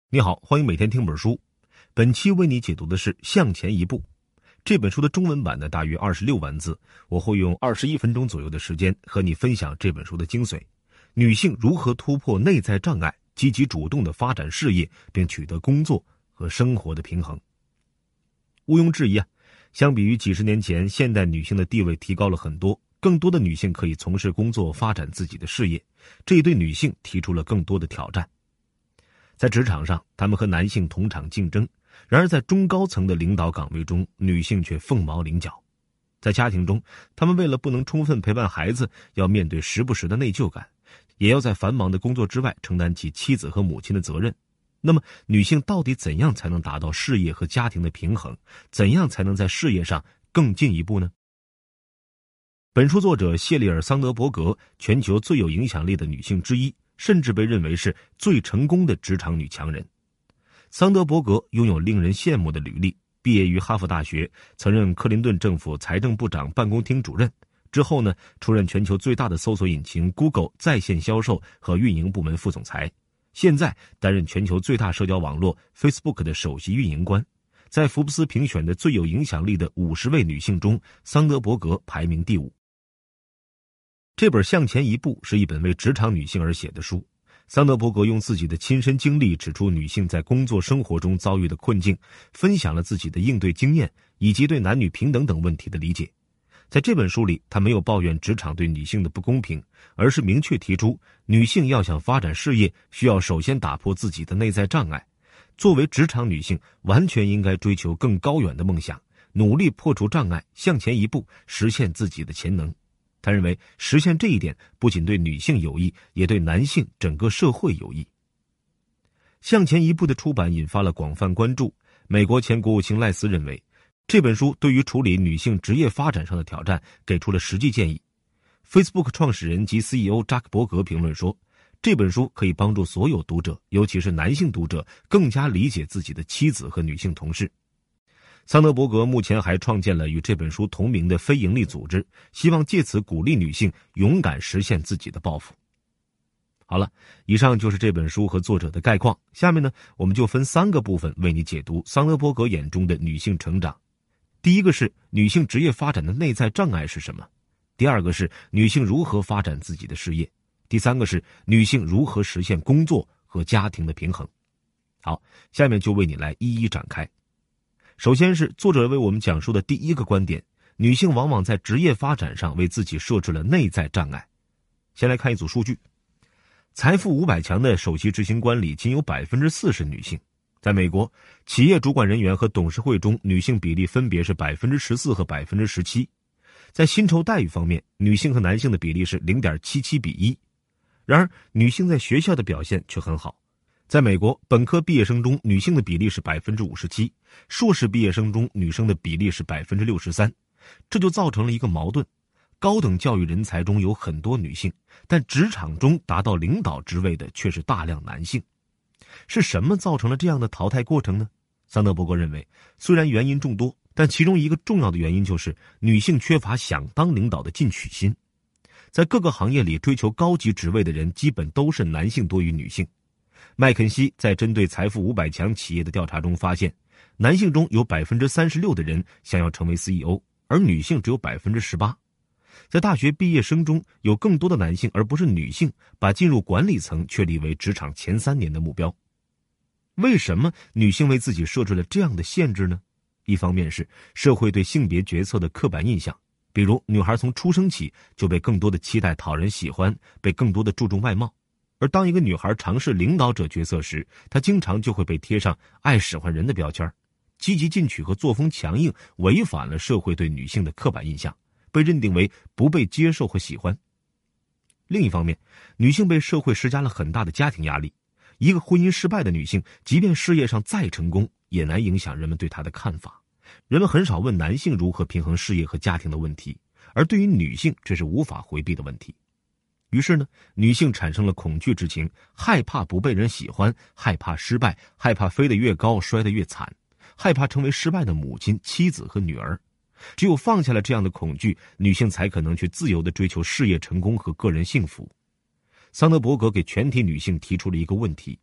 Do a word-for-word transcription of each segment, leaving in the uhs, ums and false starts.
你好，欢迎每天听本书。本期为你解读的是《向前一步》这本书的中文版呢，大约二十六万字，我会用二十一分钟左右的时间和你分享这本书的精髓。女性如何突破内在障碍，积极主动的发展事业，并取得工作和生活的平衡。毋庸置疑啊，相比于几十年前，现代女性的地位提高了很多，更多的女性可以从事工作，发展自己的事业，这也对女性提出了更多的挑战。在职场上，她们和男性同场竞争，然而在中高层的领导岗位中，女性却凤毛麟角。在家庭中，她们为了不能充分陪伴孩子，要面对时不时的内疚感，也要在繁忙的工作之外承担起妻子和母亲的责任。那么，女性到底怎样才能达到事业和家庭的平衡？怎样才能在事业上更进一步呢？本书作者谢丽尔·桑德伯格，全球最有影响力的女性之一，甚至被认为是最成功的职场女强人。桑德伯格拥有令人羡慕的履历，毕业于哈佛大学，曾任克林顿政府财政部长办公厅主任，之后呢，出任全球最大的搜索引擎 Google 在线销售和运营部门副总裁，现在担任全球最大社交网络 Facebook 的首席运营官。在福布斯评选的最有影响力的五十位女性中，桑德伯格排名第五。这本《向前一步》是一本为职场女性而写的书。桑德伯格用自己的亲身经历指出女性在工作生活中遭遇的困境，分享了自己的应对经验以及对男女平等等问题的理解。在这本书里，他没有抱怨职场对女性的不公平，而是明确提出女性要想发展事业，需要首先打破自己的内在障碍。作为职场女性，完全应该追求更高远的梦想，努力破除障碍，向前一步，实现自己的潜能。他认为实现这一点不仅对女性有益，也对男性整个社会有益。向前一步的出版引发了广泛关注。美国前国务卿赖斯认为，这本书对于处理女性职业发展上的挑战给出了实际建议。Facebook 创始人及 C E O 扎克伯格评论说，这本书可以帮助所有读者，尤其是男性读者，更加理解自己的妻子和女性同事。桑德伯格目前还创建了与这本书同名的非营利组织，希望借此鼓励女性勇敢实现自己的抱负。好了，以上就是这本书和作者的概况。下面呢，我们就分三个部分为你解读桑德伯格眼中的女性成长。第一个是女性职业发展的内在障碍是什么？第二个是女性如何发展自己的事业？第三个是女性如何实现工作和家庭的平衡？好，下面就为你来一一展开。首先是作者为我们讲述的第一个观点，女性往往在职业发展上为自己设置了内在障碍。先来看一组数据，财富五百强的首席执行官里仅有 百分之四 是女性。在美国，企业主管人员和董事会中女性比例分别是 百分之十四 和 百分之十七。在薪酬待遇方面，女性和男性的比例是 零点七七比一。然而，女性在学校的表现却很好。在美国，本科毕业生中女性的比例是 百分之五十七， 硕士毕业生中女生的比例是 百分之六十三。 这就造成了一个矛盾，高等教育人才中有很多女性，但职场中达到领导职位的却是大量男性。是什么造成了这样的淘汰过程呢？桑德伯格认为，虽然原因众多，但其中一个重要的原因就是女性缺乏想当领导的进取心。在各个行业里追求高级职位的人基本都是男性多于女性。麦肯锡在针对财富五百强企业的调查中发现，男性中有 百分之三十六 的人想要成为 C E O， 而女性只有 百分之十八。 在大学毕业生中，有更多的男性而不是女性把进入管理层确立为职场前三年的目标。为什么女性为自己设置了这样的限制呢？一方面是社会对性别角色的刻板印象，比如女孩从出生起就被更多的期待讨人喜欢，被更多的注重外貌。而当一个女孩尝试领导者角色时，她经常就会被贴上爱使唤人的标签，积极进取和作风强硬违反了社会对女性的刻板印象，被认定为不被接受和喜欢。另一方面，女性被社会施加了很大的家庭压力，一个婚姻失败的女性，即便事业上再成功，也难影响人们对她的看法。人们很少问男性如何平衡事业和家庭的问题，而对于女性，这是无法回避的问题。于是呢，女性产生了恐惧之情，害怕不被人喜欢，害怕失败，害怕飞得越高摔得越惨，害怕成为失败的母亲、妻子和女儿。只有放下了这样的恐惧，女性才可能去自由地追求事业成功和个人幸福。桑德伯格给全体女性提出了一个问题：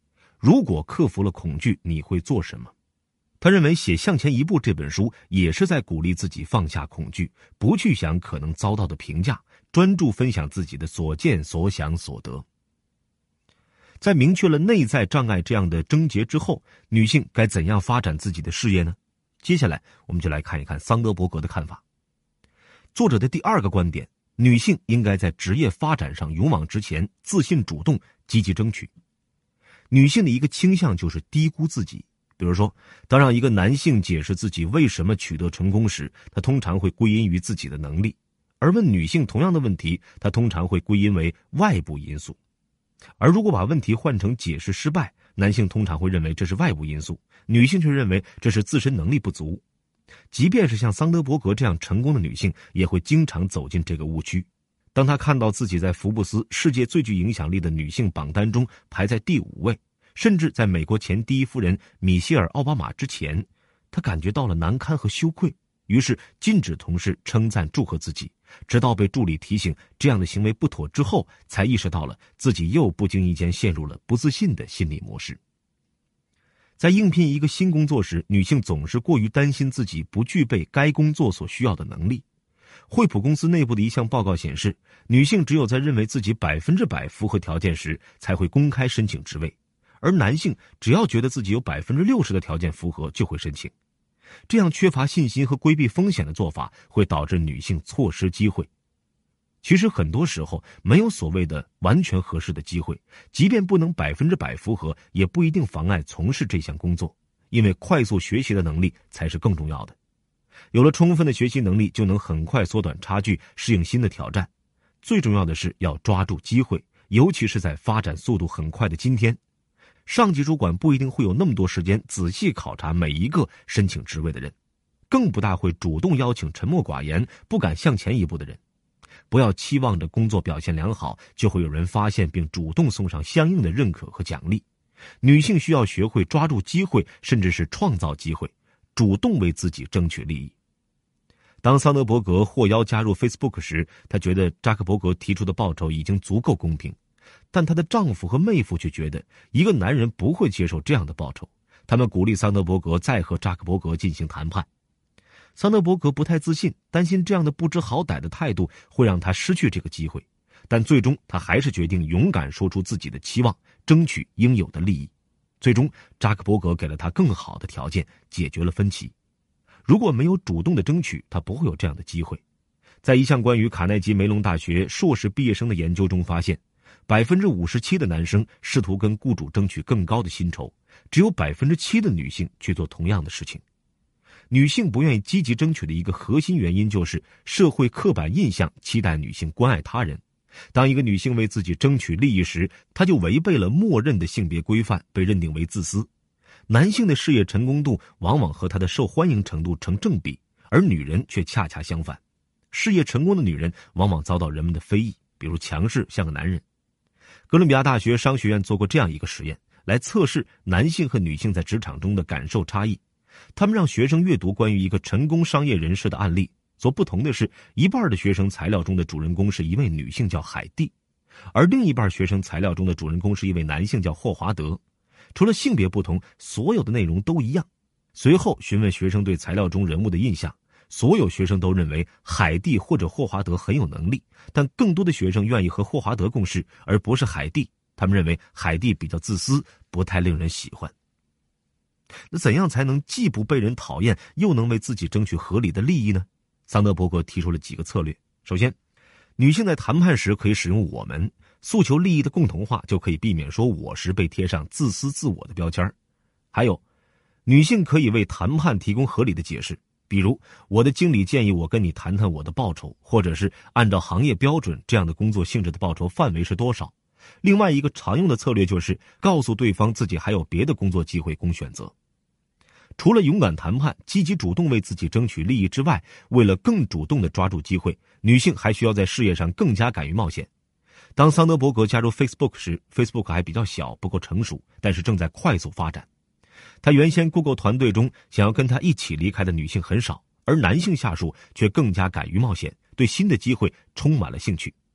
如果克服了恐惧，你会做什么？他认为写《向前一步》这本书也是在鼓励自己放下恐惧，不去想可能遭到的评价，专注分享自己的所见所想所得。在明确了内在障碍这样的症结之后，女性该怎样发展自己的事业呢？接下来我们就来看一看桑德伯格的看法。作者的第二个观点，女性应该在职业发展上勇往直前，自信主动，积极争取。女性的一个倾向就是低估自己，比如说，当让一个男性解释自己为什么取得成功时，他通常会归因于自己的能力；而问女性同样的问题，他通常会归因为外部因素。而如果把问题换成解释失败，男性通常会认为这是外部因素，女性却认为这是自身能力不足。即便是像桑德伯格这样成功的女性，也会经常走进这个误区。当她看到自己在福布斯世界最具影响力的女性榜单中排在第五位，甚至在美国前第一夫人米歇尔·奥巴马之前，她感觉到了难堪和羞愧，于是禁止同事称赞祝贺自己，直到被助理提醒这样的行为不妥之后，才意识到了自己又不经意间陷入了不自信的心理模式。在应聘一个新工作时，女性总是过于担心自己不具备该工作所需要的能力。惠普公司内部的一项报告显示，女性只有在认为自己百分之百符合条件时，才会公开申请职位，而男性只要觉得自己有百分之六十的条件符合，就会申请。这样缺乏信心和规避风险的做法，会导致女性错失机会。其实很多时候没有所谓的完全合适的机会，即便不能百分之百符合，也不一定妨碍从事这项工作，因为快速学习的能力才是更重要的。有了充分的学习能力，就能很快缩短差距，适应新的挑战。最重要的是要抓住机会，尤其是在发展速度很快的今天。上级主管不一定会有那么多时间仔细考察每一个申请职位的人，更不大会主动邀请沉默寡言、不敢向前一步的人。不要期望着工作表现良好就会有人发现并主动送上相应的认可和奖励。女性需要学会抓住机会，甚至是创造机会，主动为自己争取利益。当桑德伯格获邀加入 Facebook 时，她觉得扎克伯格提出的报酬已经足够公平，但她的丈夫和妹夫却觉得一个男人不会接受这样的报酬。他们鼓励桑德伯格再和扎克伯格进行谈判。桑德伯格不太自信，担心这样的不知好歹的态度会让他失去这个机会，但最终他还是决定勇敢说出自己的期望，争取应有的利益。最终扎克伯格给了他更好的条件，解决了分歧。如果没有主动的争取，他不会有这样的机会。在一项关于卡耐基梅隆大学硕士毕业生的研究中发现，百分之五十七的男生试图跟雇主争取更高的薪酬，只有百分之七的女性去做同样的事情。女性不愿意积极争取的一个核心原因就是社会刻板印象期待女性关爱他人。当一个女性为自己争取利益时，她就违背了默认的性别规范，被认定为自私。男性的事业成功度往往和他的受欢迎程度成正比，而女人却恰恰相反。事业成功的女人往往遭到人们的非议，比如强势像个男人。哥伦比亚大学商学院做过这样一个实验，来测试男性和女性在职场中的感受差异。他们让学生阅读关于一个成功商业人士的案例，所不同的是，一半的学生材料中的主人公是一位女性，叫海蒂，而另一半学生材料中的主人公是一位男性，叫霍华德。除了性别不同，所有的内容都一样。随后询问学生对材料中人物的印象，所有学生都认为海蒂或者霍华德很有能力，但更多的学生愿意和霍华德共事，而不是海蒂。他们认为海蒂比较自私，不太令人喜欢。那怎样才能既不被人讨厌，又能为自己争取合理的利益呢？桑德伯格提出了几个策略。首先，女性在谈判时可以使用我们，诉求利益的共同化，就可以避免说我时被贴上自私自我的标签。还有，女性可以为谈判提供合理的解释，比如我的经理建议我跟你谈谈我的报酬，或者是按照行业标准，这样的工作性质的报酬范围是多少。另外一个常用的策略就是告诉对方自己还有别的工作机会供选择。除了勇敢谈判、积极主动为自己争取利益之外，为了更主动地抓住机会，女性还需要在事业上更加敢于冒险。当桑德伯格加入 Facebook 时， Facebook 还比较小，不够成熟，但是正在快速发展。他原先 Google 团队中想要跟他一起离开的女性很少，而男性下属却更加敢于冒险，对新的机会充满了兴趣。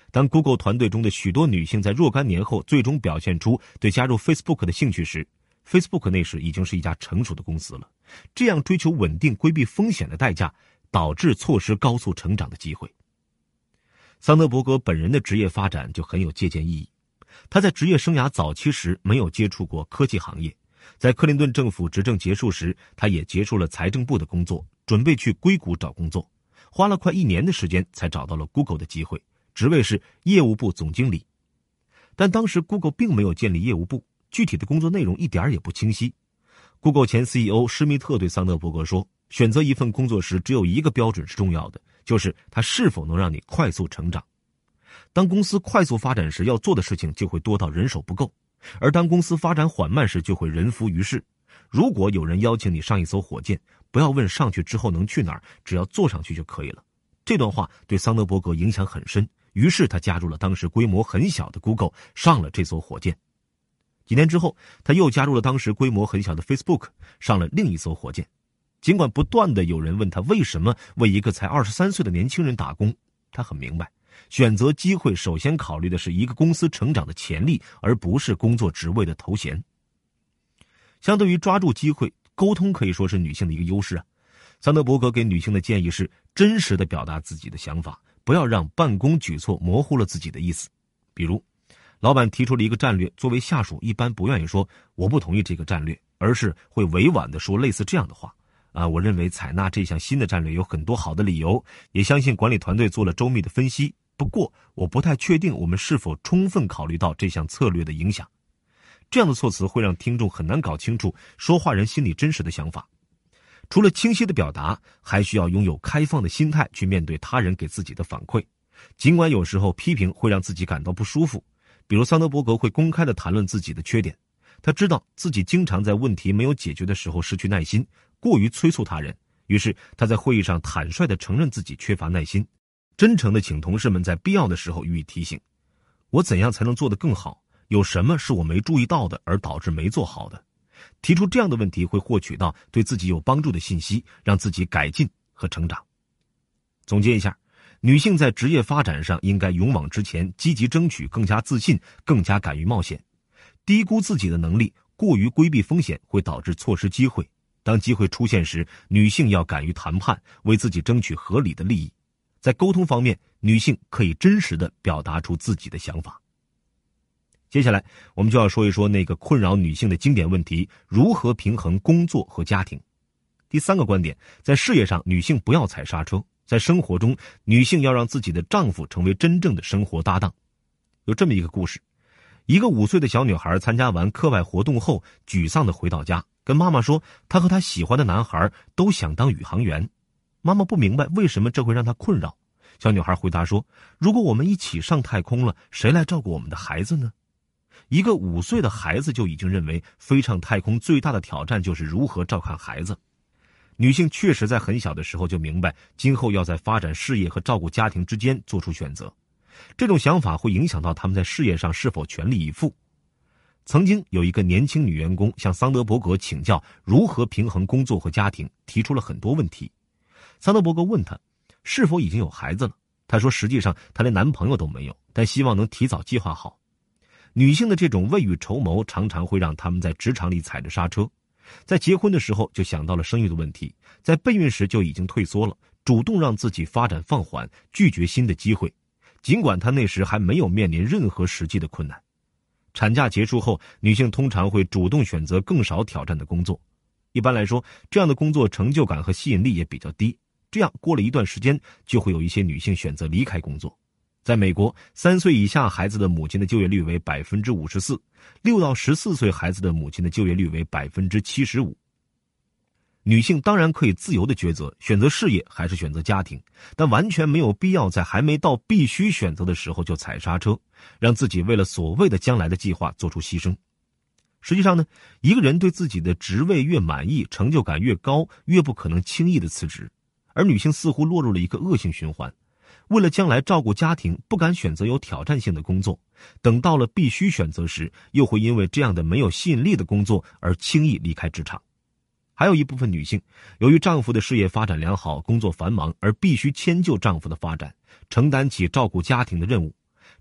当 Google 团队中的许多女性在若干年后最终表现出对加入 Facebook 的兴趣时， Facebook 那时已经是一家成熟的公司了。这样追求稳定、规避风险的代价，导致错失高速成长的机会。桑德伯格本人的职业发展就很有借鉴意义。他在职业生涯早期时没有接触过科技行业，在克林顿政府执政结束时，他也结束了财政部的工作，准备去硅谷找工作，花了快一年的时间才找到了 Google 的机会，职位是业务部总经理。但当时 Google 并没有建立业务部，具体的工作内容一点也不清晰。 Google 前 C E O 施密特对桑德伯格说，选择一份工作时只有一个标准是重要的，就是它是否能让你快速成长。当公司快速发展时，要做的事情就会多到人手不够，而当公司发展缓慢时，就会人浮于事。如果有人邀请你上一艘火箭，不要问上去之后能去哪儿，只要坐上去就可以了。这段话对桑德伯格影响很深，于是他加入了当时规模很小的 Google， 上了这艘火箭。几年之后，他又加入了当时规模很小的 Facebook， 上了另一艘火箭。尽管不断的有人问他为什么为一个才二十三岁的年轻人打工，他很明白，选择机会首先考虑的是一个公司成长的潜力，而不是工作职位的头衔。相对于抓住机会，沟通可以说是女性的一个优势啊。桑德伯格给女性的建议是真实的表达自己的想法，不要让办公举措模糊了自己的意思。比如老板提出了一个战略，作为下属一般不愿意说我不同意这个战略，而是会委婉地说类似这样的话啊，我认为采纳这项新的战略有很多好的理由，也相信管理团队做了周密的分析，不过我不太确定我们是否充分考虑到这项策略的影响。这样的措辞会让听众很难搞清楚说话人心里真实的想法。除了清晰的表达，还需要拥有开放的心态去面对他人给自己的反馈，尽管有时候批评会让自己感到不舒服。比如桑德伯格会公开地谈论自己的缺点，他知道自己经常在问题没有解决的时候失去耐心，过于催促他人，于是他在会议上坦率地承认自己缺乏耐心，真诚地请同事们在必要的时候予以提醒。我怎样才能做得更好？有什么是我没注意到的而导致没做好的？提出这样的问题会获取到对自己有帮助的信息，让自己改进和成长。总结一下，女性在职业发展上应该勇往直前，积极争取，更加自信，更加敢于冒险。低估自己的能力，过于规避风险，会导致错失机会。当机会出现时，女性要敢于谈判，为自己争取合理的利益。在沟通方面，女性可以真实地表达出自己的想法。接下来我们就要说一说那个困扰女性的经典问题，如何平衡工作和家庭。第三个观点，在事业上女性不要踩刹车，在生活中女性要让自己的丈夫成为真正的生活搭档。有这么一个故事，一个五岁的小女孩参加完课外活动后，沮丧地回到家，跟妈妈说她和她喜欢的男孩都想当宇航员。妈妈不明白为什么这会让她困扰。小女孩回答说，如果我们一起上太空了，谁来照顾我们的孩子呢？一个五岁的孩子就已经认为飞上太空最大的挑战就是如何照看孩子。女性确实在很小的时候就明白今后要在发展事业和照顾家庭之间做出选择，这种想法会影响到他们在事业上是否全力以赴。曾经有一个年轻女员工向桑德伯格请教如何平衡工作和家庭，提出了很多问题。桑德伯格问她是否已经有孩子了，她说实际上她连男朋友都没有，但希望能提早计划好。女性的这种未雨绸缪常常会让他们在职场里踩着刹车，在结婚的时候就想到了生育的问题，在备孕时就已经退缩了，主动让自己发展放缓，拒绝新的机会，尽管她那时还没有面临任何实际的困难。产假结束后，女性通常会主动选择更少挑战的工作，一般来说这样的工作成就感和吸引力也比较低，这样过了一段时间就会有一些女性选择离开工作。在美国，三岁以下孩子的母亲的就业率为 百分之五十四， 六到十四岁孩子的母亲的就业率为 百分之七十五。 女性当然可以自由的抉择，选择事业还是选择家庭，但完全没有必要在还没到必须选择的时候就踩刹车，让自己为了所谓的将来的计划做出牺牲。实际上呢，一个人对自己的职位越满意，成就感越高，越不可能轻易的辞职。而女性似乎落入了一个恶性循环，为了将来照顾家庭，不敢选择有挑战性的工作，等到了必须选择时，又会因为这样的没有吸引力的工作而轻易离开职场。还有一部分女性，由于丈夫的事业发展良好，工作繁忙，而必须迁就丈夫的发展，承担起照顾家庭的任务。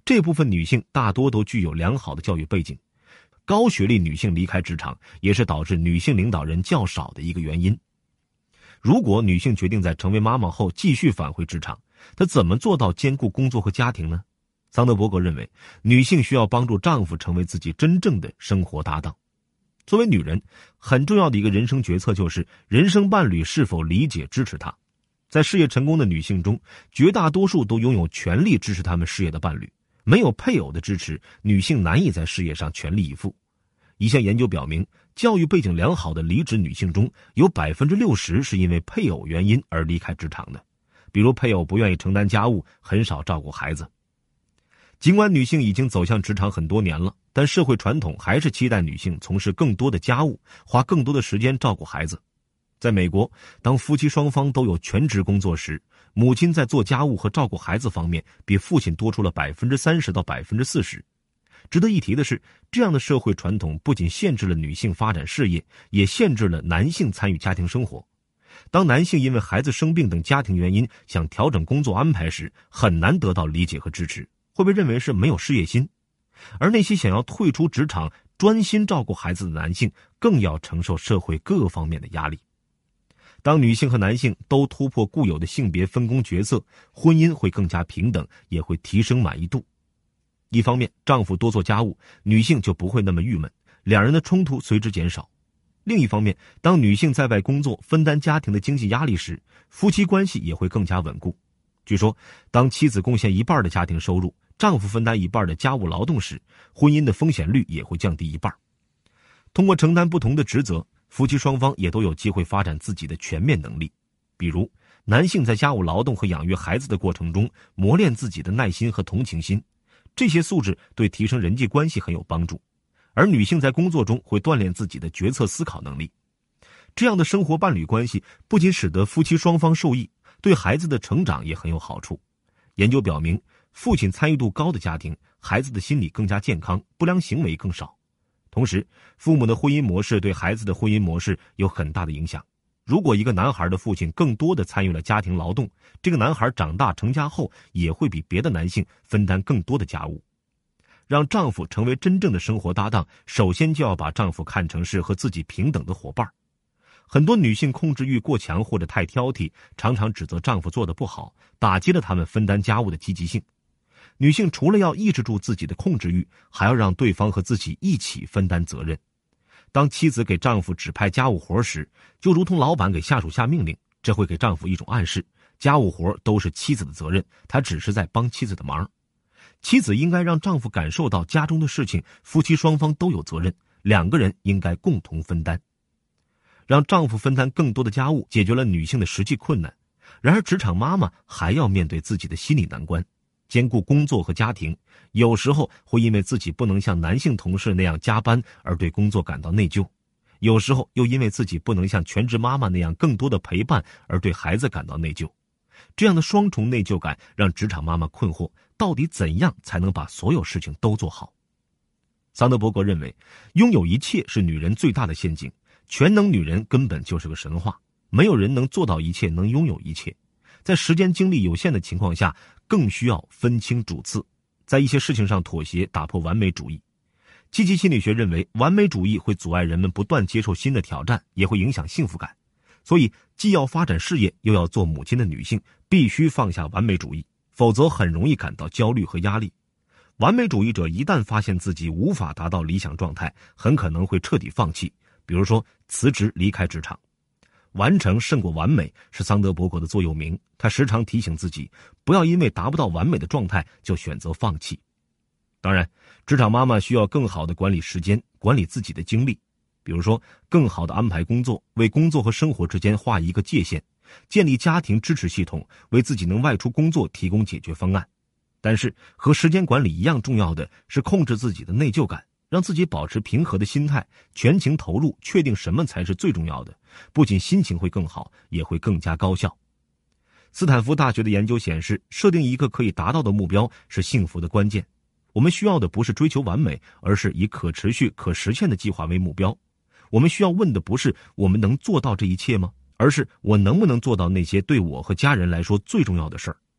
这部分女性大多都具有良好的教育背景，高学历女性离开职场也是导致女性领导人较少的一个原因。如果女性决定在成为妈妈后继续返回职场，她怎么做到兼顾工作和家庭呢？桑德伯格认为，女性需要帮助丈夫成为自己真正的生活搭档。作为女人，很重要的一个人生决策就是人生伴侣是否理解支持她。在事业成功的女性中，绝大多数都拥有全力支持她们事业的伴侣，没有配偶的支持，女性难以在事业上全力以赴。一项研究表明，教育背景良好的离职女性中有 百分之六十 是因为配偶原因而离开职场的，比如配偶不愿意承担家务，很少照顾孩子。尽管女性已经走向职场很多年了，但社会传统还是期待女性从事更多的家务，花更多的时间照顾孩子。在美国，当夫妻双方都有全职工作时，母亲在做家务和照顾孩子方面比父亲多出了 百分之三十 到 百分之四十。值得一提的是，这样的社会传统不仅限制了女性发展事业，也限制了男性参与家庭生活。当男性因为孩子生病等家庭原因想调整工作安排时，很难得到理解和支持，会被认为是没有事业心。而那些想要退出职场专心照顾孩子的男性，更要承受社会各方面的压力。当女性和男性都突破固有的性别分工角色，婚姻会更加平等，也会提升满意度。一方面，丈夫多做家务，女性就不会那么郁闷，两人的冲突随之减少。另一方面，当女性在外工作，分担家庭的经济压力时，夫妻关系也会更加稳固。据说，当妻子贡献一半的家庭收入，丈夫分担一半的家务劳动时，婚姻的风险率也会降低一半。通过承担不同的职责，夫妻双方也都有机会发展自己的全面能力。比如，男性在家务劳动和养育孩子的过程中磨练自己的耐心和同情心，这些素质对提升人际关系很有帮助。而女性在工作中会锻炼自己的决策思考能力。这样的生活伴侣关系不仅使得夫妻双方受益，对孩子的成长也很有好处。研究表明，父亲参与度高的家庭，孩子的心理更加健康，不良行为更少。同时，父母的婚姻模式对孩子的婚姻模式有很大的影响。如果一个男孩的父亲更多的参与了家庭劳动，这个男孩长大成家后也会比别的男性分担更多的家务。让丈夫成为真正的生活搭档，首先就要把丈夫看成是和自己平等的伙伴。很多女性控制欲过强或者太挑剔，常常指责丈夫做得不好，打击了他们分担家务的积极性。女性除了要抑制住自己的控制欲，还要让对方和自己一起分担责任。当妻子给丈夫指派家务活时，就如同老板给下属下命令，这会给丈夫一种暗示，家务活都是妻子的责任，他只是在帮妻子的忙。妻子应该让丈夫感受到家中的事情夫妻双方都有责任，两个人应该共同分担。让丈夫分担更多的家务，解决了女性的实际困难。然而职场妈妈还要面对自己的心理难关，兼顾工作和家庭，有时候会因为自己不能像男性同事那样加班而对工作感到内疚，有时候又因为自己不能像全职妈妈那样更多的陪伴而对孩子感到内疚。这样的双重内疚感让职场妈妈困惑，到底怎样才能把所有事情都做好？桑德伯格认为，拥有一切是女人最大的陷阱，全能女人根本就是个神话，没有人能做到一切，能拥有一切。在时间精力有限的情况下，更需要分清主次，在一些事情上妥协，打破完美主义。积极心理学认为，完美主义会阻碍人们不断接受新的挑战，也会影响幸福感。所以既要发展事业又要做母亲的女性必须放下完美主义，否则很容易感到焦虑和压力。完美主义者一旦发现自己无法达到理想状态，很可能会彻底放弃，比如说辞职离开职场。完成胜过完美是桑德伯格的座右铭，他时常提醒自己不要因为达不到完美的状态就选择放弃。当然，职场妈妈需要更好的管理时间，管理自己的精力，比如说更好的安排工作，为工作和生活之间画一个界限，建立家庭支持系统，为自己能外出工作提供解决方案。但是和时间管理一样重要的是控制自己的内疚感，让自己保持平和的心态，全情投入，确定什么才是最重要的，不仅心情会更好，也会更加高效。斯坦福大学的研究显示，设定一个可以达到的目标是幸福的关键。我们需要的不是追求完美，而是以可持续、可实现的计划为目标。我们需要问的不是我们能做到这一切吗？而是我能不能做到那些对我和家人来说最重要的事儿。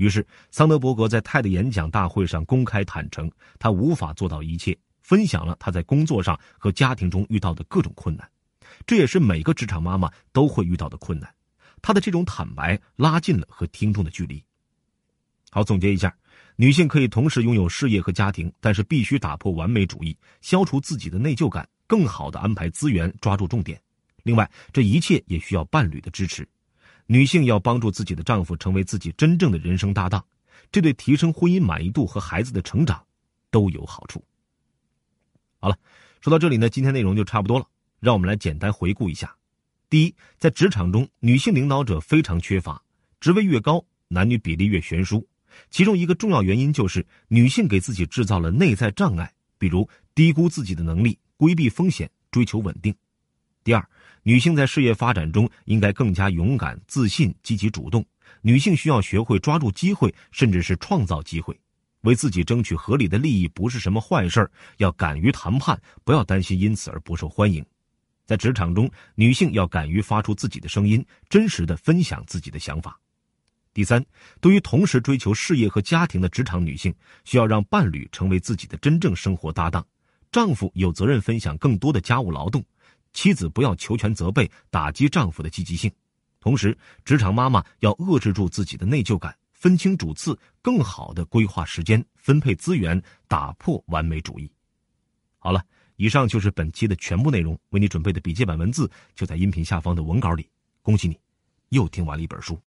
于是桑德伯格在泰的演讲大会上公开坦诚，他无法做到一切，分享了他在工作上和家庭中遇到的各种困难。这也是每个职场妈妈都会遇到的困难。他的这种坦白拉近了和听众的距离。好，总结一下，女性可以同时拥有事业和家庭，但是必须打破完美主义，消除自己的内疚感，更好地安排资源，抓住重点。另外，这一切也需要伴侣的支持。女性要帮助自己的丈夫成为自己真正的人生搭档，这对提升婚姻满意度和孩子的成长都有好处。好了，说到这里呢，今天内容就差不多了，让我们来简单回顾一下。第一，在职场中，女性领导者非常缺乏，职位越高，男女比例越悬殊。其中一个重要原因就是女性给自己制造了内在障碍，比如低估自己的能力，规避风险，追求稳定。第二，女性在事业发展中应该更加勇敢、自信、积极主动。女性需要学会抓住机会，甚至是创造机会。为自己争取合理的利益不是什么坏事，要敢于谈判，不要担心因此而不受欢迎。在职场中，女性要敢于发出自己的声音，真实地分享自己的想法。第三，对于同时追求事业和家庭的职场女性，需要让伴侣成为自己的真正生活搭档。丈夫有责任分享更多的家务劳动，妻子不要求全责备，打击丈夫的积极性。同时，职场妈妈要遏制住自己的内疚感，分清主次，更好地规划时间，分配资源，打破完美主义。好了，以上就是本期的全部内容，为你准备的笔记本文字就在音频下方的文稿里。恭喜你，又听完了一本书。